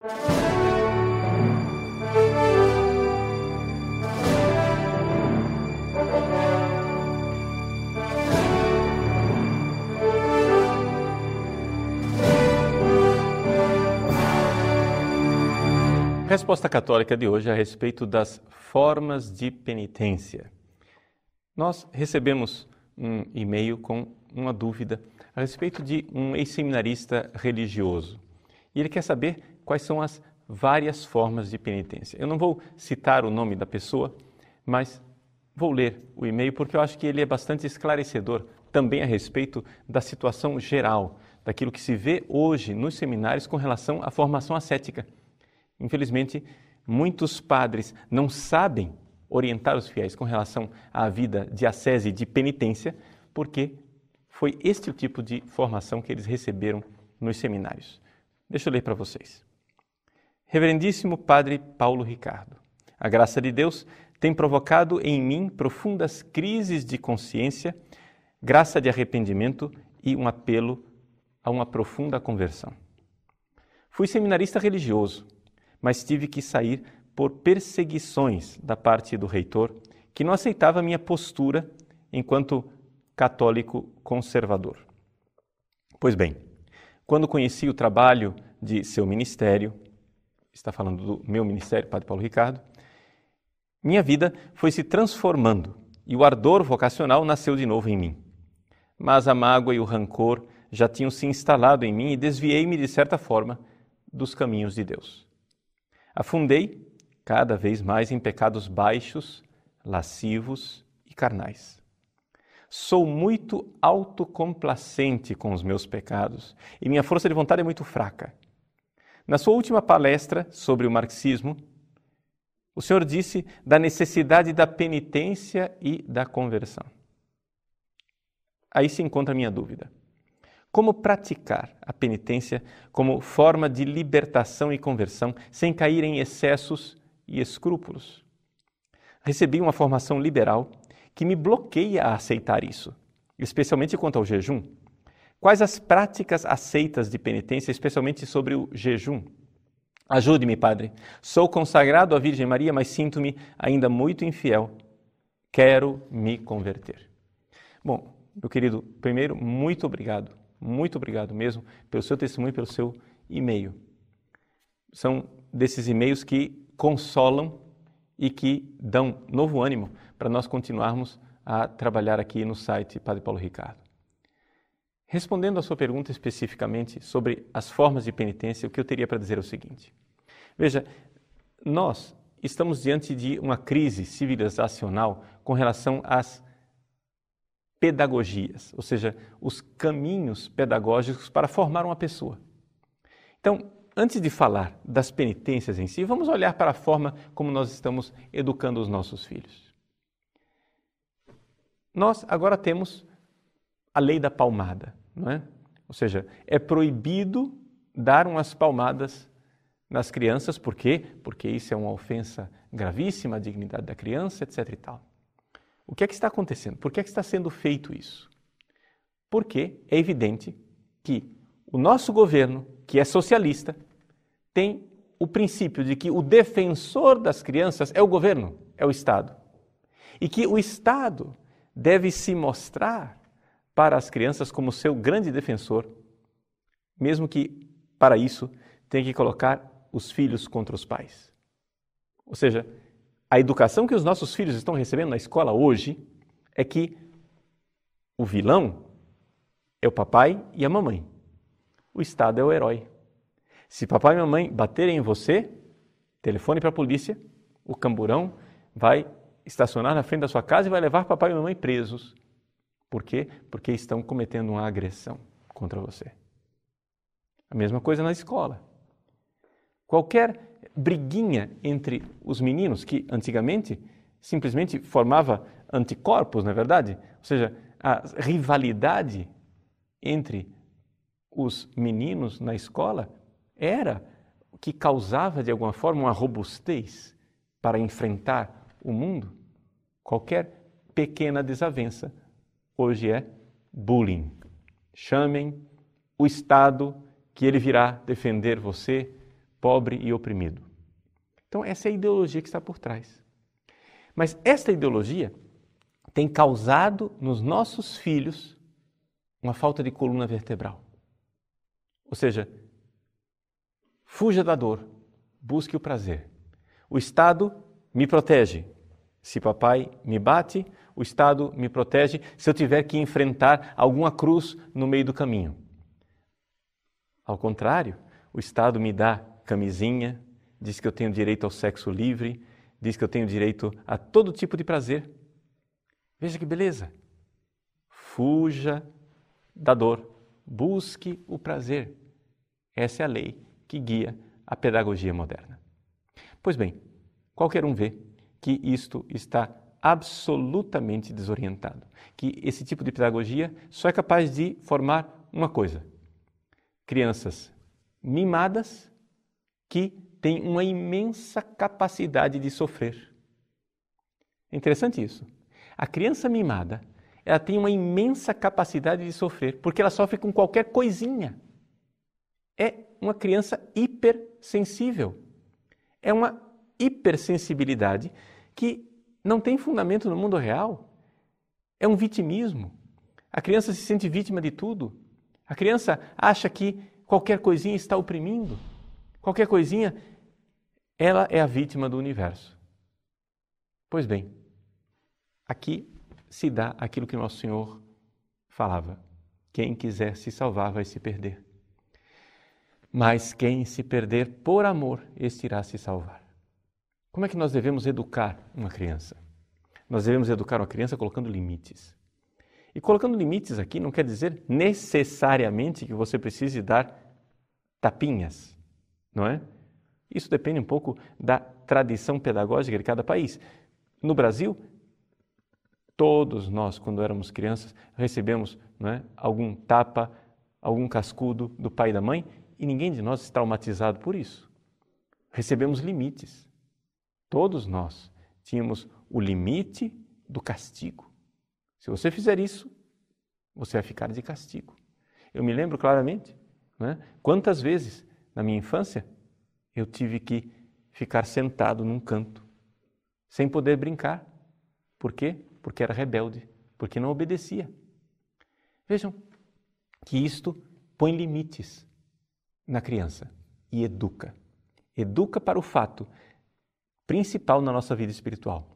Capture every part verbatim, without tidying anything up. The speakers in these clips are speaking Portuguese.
A resposta católica de hoje é a respeito das formas de penitência. Nós recebemos um e-mail com uma dúvida a respeito de um ex-seminarista religioso. E ele quer saber quais são as várias formas de penitência. Eu não vou citar o nome da pessoa, mas vou ler o e-mail porque eu acho que ele é bastante esclarecedor também a respeito da situação geral, daquilo que se vê hoje nos seminários com relação à formação ascética. Infelizmente, muitos padres não sabem orientar os fiéis com relação à vida de ascese e de penitência, porque foi este o tipo de formação que eles receberam nos seminários. Deixa eu ler para vocês. Reverendíssimo Padre Paulo Ricardo, a graça de Deus tem provocado em mim profundas crises de consciência, graça de arrependimento e um apelo a uma profunda conversão. Fui seminarista religioso, mas tive que sair por perseguições da parte do reitor, que não aceitava minha postura enquanto católico conservador. Pois bem, quando conheci o trabalho de seu ministério, está falando do meu ministério, Padre Paulo Ricardo, minha vida foi se transformando e o ardor vocacional nasceu de novo em mim. Mas a mágoa e o rancor já tinham se instalado em mim e desviei-me, de certa forma, dos caminhos de Deus. Afundei cada vez mais em pecados baixos, lascivos e carnais. Sou muito autocomplacente com os meus pecados e minha força de vontade é muito fraca. Na sua última palestra sobre o marxismo, o senhor disse da necessidade da penitência e da conversão. Aí se encontra a minha dúvida. Como praticar a penitência como forma de libertação e conversão, sem cair em excessos e escrúpulos? Recebi uma formação liberal que me bloqueia a aceitar isso, especialmente quanto ao jejum. Quais as práticas aceitas de penitência, especialmente sobre o jejum? Ajude-me, Padre. Sou consagrado à Virgem Maria, mas sinto-me ainda muito infiel. Quero me converter. Bom, meu querido, primeiro, muito obrigado. Muito obrigado mesmo pelo seu testemunho e pelo seu e-mail. São desses e-mails que consolam e que dão novo ânimo para nós continuarmos a trabalhar aqui no site Padre Paulo Ricardo. Respondendo à sua pergunta especificamente sobre as formas de penitência, o que eu teria para dizer é o seguinte. Veja, nós estamos diante de uma crise civilizacional com relação às pedagogias, ou seja, os caminhos pedagógicos para formar uma pessoa. Então, antes de falar das penitências em si, vamos olhar para a forma como nós estamos educando os nossos filhos. Nós agora temos a lei da palmada, não é? Ou seja, é proibido dar umas palmadas nas crianças, por quê? Porque isso é uma ofensa gravíssima à dignidade da criança, etc e tal. O que é que está acontecendo? Por que é que está sendo feito isso? Porque é evidente que o nosso governo, que é socialista, tem o princípio de que o defensor das crianças é o governo, é o Estado. E que o Estado deve se mostrar para as crianças como seu grande defensor, mesmo que, para isso, tenha que colocar os filhos contra os pais. Ou seja, a educação que os nossos filhos estão recebendo na escola hoje é que o vilão é o papai e a mamãe. O Estado é o herói. Se papai e mamãe baterem em você, telefone para a polícia, o camburão vai estacionar na frente da sua casa e vai levar papai e mamãe presos. Por quê? Porque estão cometendo uma agressão contra você. A mesma coisa na escola. Qualquer briguinha entre os meninos, que antigamente simplesmente formava anticorpos, não é verdade? Ou seja, a rivalidade entre os meninos na escola era o que causava, de alguma forma, uma robustez para enfrentar o mundo. Qualquer pequena desavença hoje é bullying. Chamem o Estado que ele virá defender você pobre e oprimido. Então, essa é a ideologia que está por trás. Mas esta ideologia tem causado nos nossos filhos uma falta de coluna vertebral. Ou seja, fuja da dor, busque o prazer. O Estado me protege. Se papai me bate, o Estado me protege se eu tiver que enfrentar alguma cruz no meio do caminho. Ao contrário, o Estado me dá camisinha, diz que eu tenho direito ao sexo livre, diz que eu tenho direito a todo tipo de prazer. Veja que beleza! Fuja da dor, busque o prazer. Essa é a lei que guia a pedagogia moderna. Pois bem, qualquer um vê que isto está absolutamente desorientado, que esse tipo de pedagogia só é capaz de formar uma coisa: crianças mimadas que têm uma imensa capacidade de sofrer. É interessante isso. A criança mimada, ela tem uma imensa capacidade de sofrer, porque ela sofre com qualquer coisinha. É uma criança hipersensível. É uma hipersensibilidade que não tem fundamento no mundo real. É um vitimismo. A criança se sente vítima de tudo. A criança acha que qualquer coisinha está oprimindo. Qualquer coisinha, ela é a vítima do universo. Pois bem, aqui se dá aquilo que Nosso Senhor falava: quem quiser se salvar vai se perder. Mas quem se perder por amor, este irá se salvar. Como é que nós devemos educar uma criança? Nós devemos educar uma criança colocando limites. E colocando limites aqui não quer dizer necessariamente que você precise dar tapinhas, não é? Isso depende um pouco da tradição pedagógica de cada país. No Brasil, todos nós, quando éramos crianças, recebemos, não é, algum tapa, algum cascudo do pai e da mãe, e ninguém de nós é traumatizado por isso. Recebemos limites. Todos nós tínhamos o limite do castigo. Se você fizer isso, você vai ficar de castigo. Eu me lembro claramente, não é, quantas vezes na minha infância eu tive que ficar sentado num canto, sem poder brincar. Por quê? Porque era rebelde, porque não obedecia. Vejam que isto põe limites na criança e educa. Educa para o fato principal na nossa vida espiritual.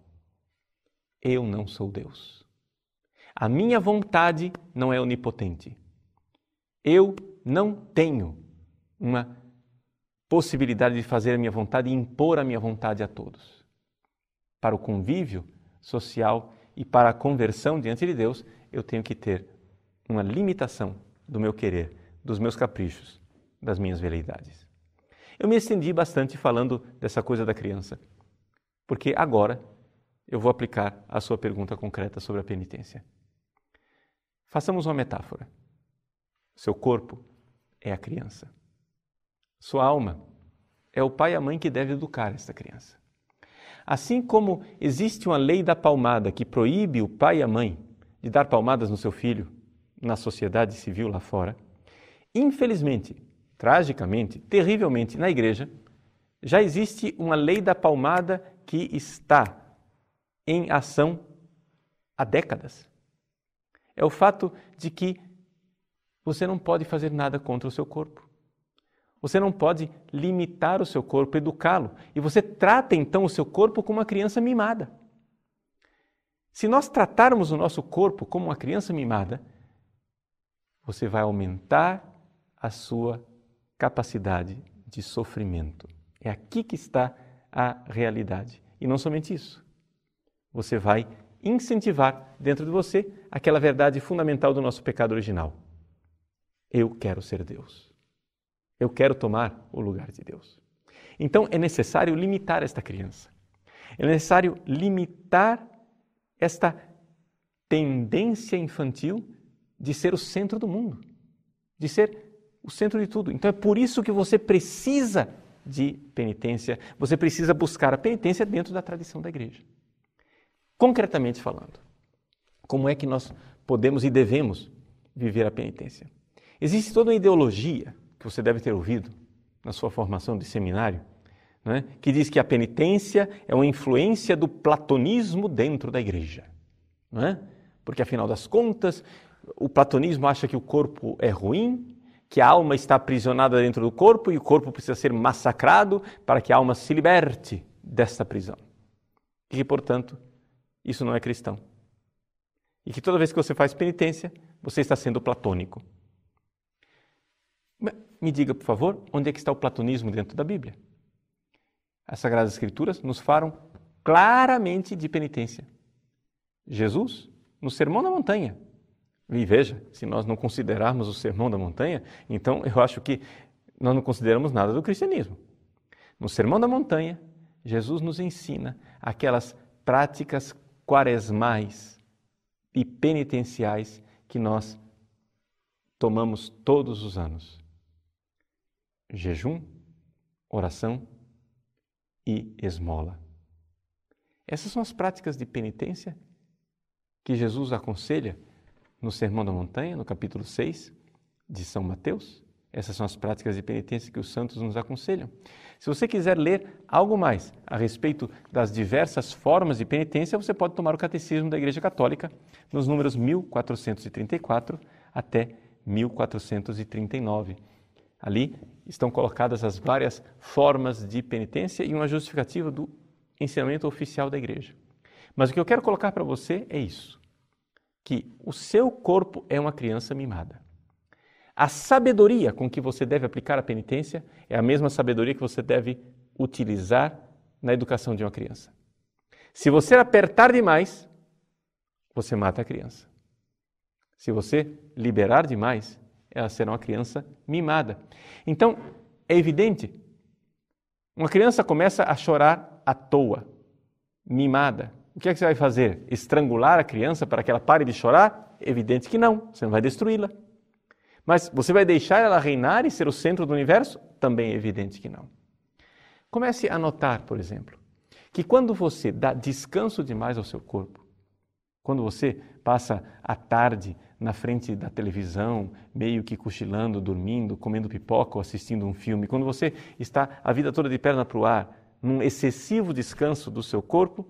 Eu não sou Deus. A minha vontade não é onipotente. Eu não tenho uma possibilidade de fazer a minha vontade e impor a minha vontade a todos. Para o convívio social e para a conversão diante de Deus, eu tenho que ter uma limitação do meu querer, dos meus caprichos, das minhas veleidades. Eu me estendi bastante falando dessa coisa da criança, porque agora eu vou aplicar a sua pergunta concreta sobre a penitência. Façamos uma metáfora. Seu corpo é a criança. Sua alma é o pai e a mãe que deve educar esta criança. Assim como existe uma lei da palmada que proíbe o pai e a mãe de dar palmadas no seu filho na sociedade civil lá fora, infelizmente, tragicamente, terrivelmente, na igreja, já existe uma lei da palmada que está em ação há décadas. É o fato de que você não pode fazer nada contra o seu corpo. Você não pode limitar o seu corpo, educá-lo. E você trata então o seu corpo como uma criança mimada. Se nós tratarmos o nosso corpo como uma criança mimada, você vai aumentar a sua capacidade de sofrimento. É aqui que está a realidade. E não somente isso. Você vai incentivar dentro de você aquela verdade fundamental do nosso pecado original. Eu quero ser Deus. Eu quero tomar o lugar de Deus. Então é necessário limitar esta criança. É necessário limitar esta tendência infantil de ser o centro do mundo, de ser o centro de tudo. Então é por isso que você precisa de penitência, você precisa buscar a penitência dentro da tradição da igreja. Concretamente falando, como é que nós podemos e devemos viver a penitência? Existe toda uma ideologia que você deve ter ouvido na sua formação de seminário, não é? Que diz que a penitência é uma influência do platonismo dentro da igreja. Não é? Porque, afinal das contas, o platonismo acha que o corpo é ruim, que a alma está aprisionada dentro do corpo e o corpo precisa ser massacrado para que a alma se liberte desta prisão. E que, portanto, isso não é cristão. E que toda vez que você faz penitência, você está sendo platônico. Me diga, por favor, onde é que está o platonismo dentro da Bíblia? As Sagradas Escrituras nos falam claramente de penitência. Jesus, no Sermão da Montanha. E veja, se nós não considerarmos o Sermão da Montanha, então eu acho que nós não consideramos nada do cristianismo. No Sermão da Montanha, Jesus nos ensina aquelas práticas quaresmais e penitenciais que nós tomamos todos os anos. Jejum, oração e esmola. Essas são as práticas de penitência que Jesus aconselha no Sermão da Montanha, no capítulo seis de São Mateus. Essas são as práticas de penitência que os santos nos aconselham. Se você quiser ler algo mais a respeito das diversas formas de penitência, você pode tomar o Catecismo da Igreja Católica nos números mil quatrocentos e trinta e quatro até mil quatrocentos e trinta e nove. Ali estão colocadas as várias formas de penitência e uma justificativa do ensinamento oficial da Igreja. Mas o que eu quero colocar para você é isso, que o seu corpo é uma criança mimada. A sabedoria com que você deve aplicar a penitência é a mesma sabedoria que você deve utilizar na educação de uma criança. Se você apertar demais, você mata a criança. Se você liberar demais, ela será uma criança mimada. Então, é evidente, uma criança começa a chorar à toa, mimada. O que é que você vai fazer? Estrangular a criança para que ela pare de chorar? É evidente que não, você não vai destruí-la. Mas você vai deixar ela reinar e ser o centro do universo? Também é evidente que não. Comece a notar, por exemplo, que quando você dá descanso demais ao seu corpo, quando você passa a tarde na frente da televisão, meio que cochilando, dormindo, comendo pipoca ou assistindo um filme, quando você está a vida toda de perna para o ar, num excessivo descanso do seu corpo,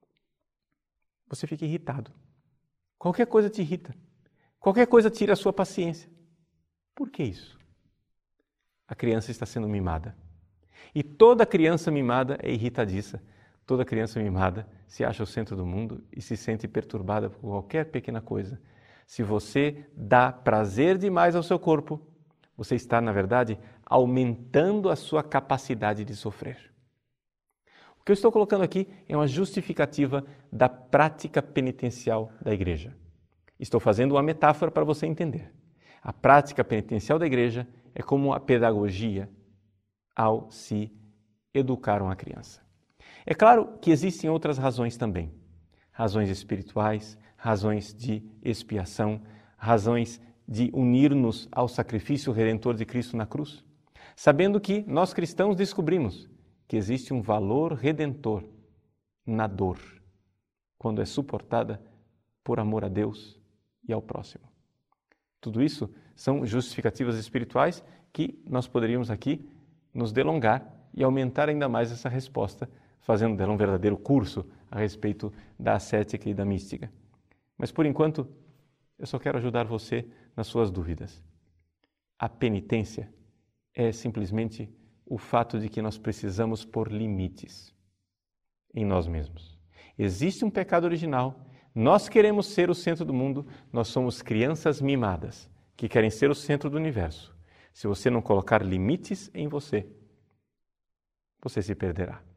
você fica irritado. Qualquer coisa te irrita. Qualquer coisa tira a sua paciência. Por que isso? A criança está sendo mimada. E toda criança mimada é irritadiça. Toda criança mimada se acha o centro do mundo e se sente perturbada por qualquer pequena coisa. Se você dá prazer demais ao seu corpo, você está, na verdade, aumentando a sua capacidade de sofrer. O que eu estou colocando aqui é uma justificativa da prática penitencial da igreja. Estou fazendo uma metáfora para você entender. A prática penitencial da igreja é como a pedagogia ao se educar uma criança. É claro que existem outras razões também. Razões espirituais, razões de expiação, razões de unir-nos ao sacrifício redentor de Cristo na cruz. Sabendo que nós cristãos descobrimos que existe um valor redentor na dor, quando é suportada por amor a Deus e ao próximo. Tudo isso são justificativas espirituais que nós poderíamos aqui nos delongar e aumentar ainda mais essa resposta, fazendo dela um verdadeiro curso a respeito da ascética e da mística. Mas, por enquanto, eu só quero ajudar você nas suas dúvidas. A penitência é simplesmente o fato de que nós precisamos pôr limites em nós mesmos. Existe um pecado original, nós queremos ser o centro do mundo, nós somos crianças mimadas que querem ser o centro do universo. Se você não colocar limites em você, você se perderá.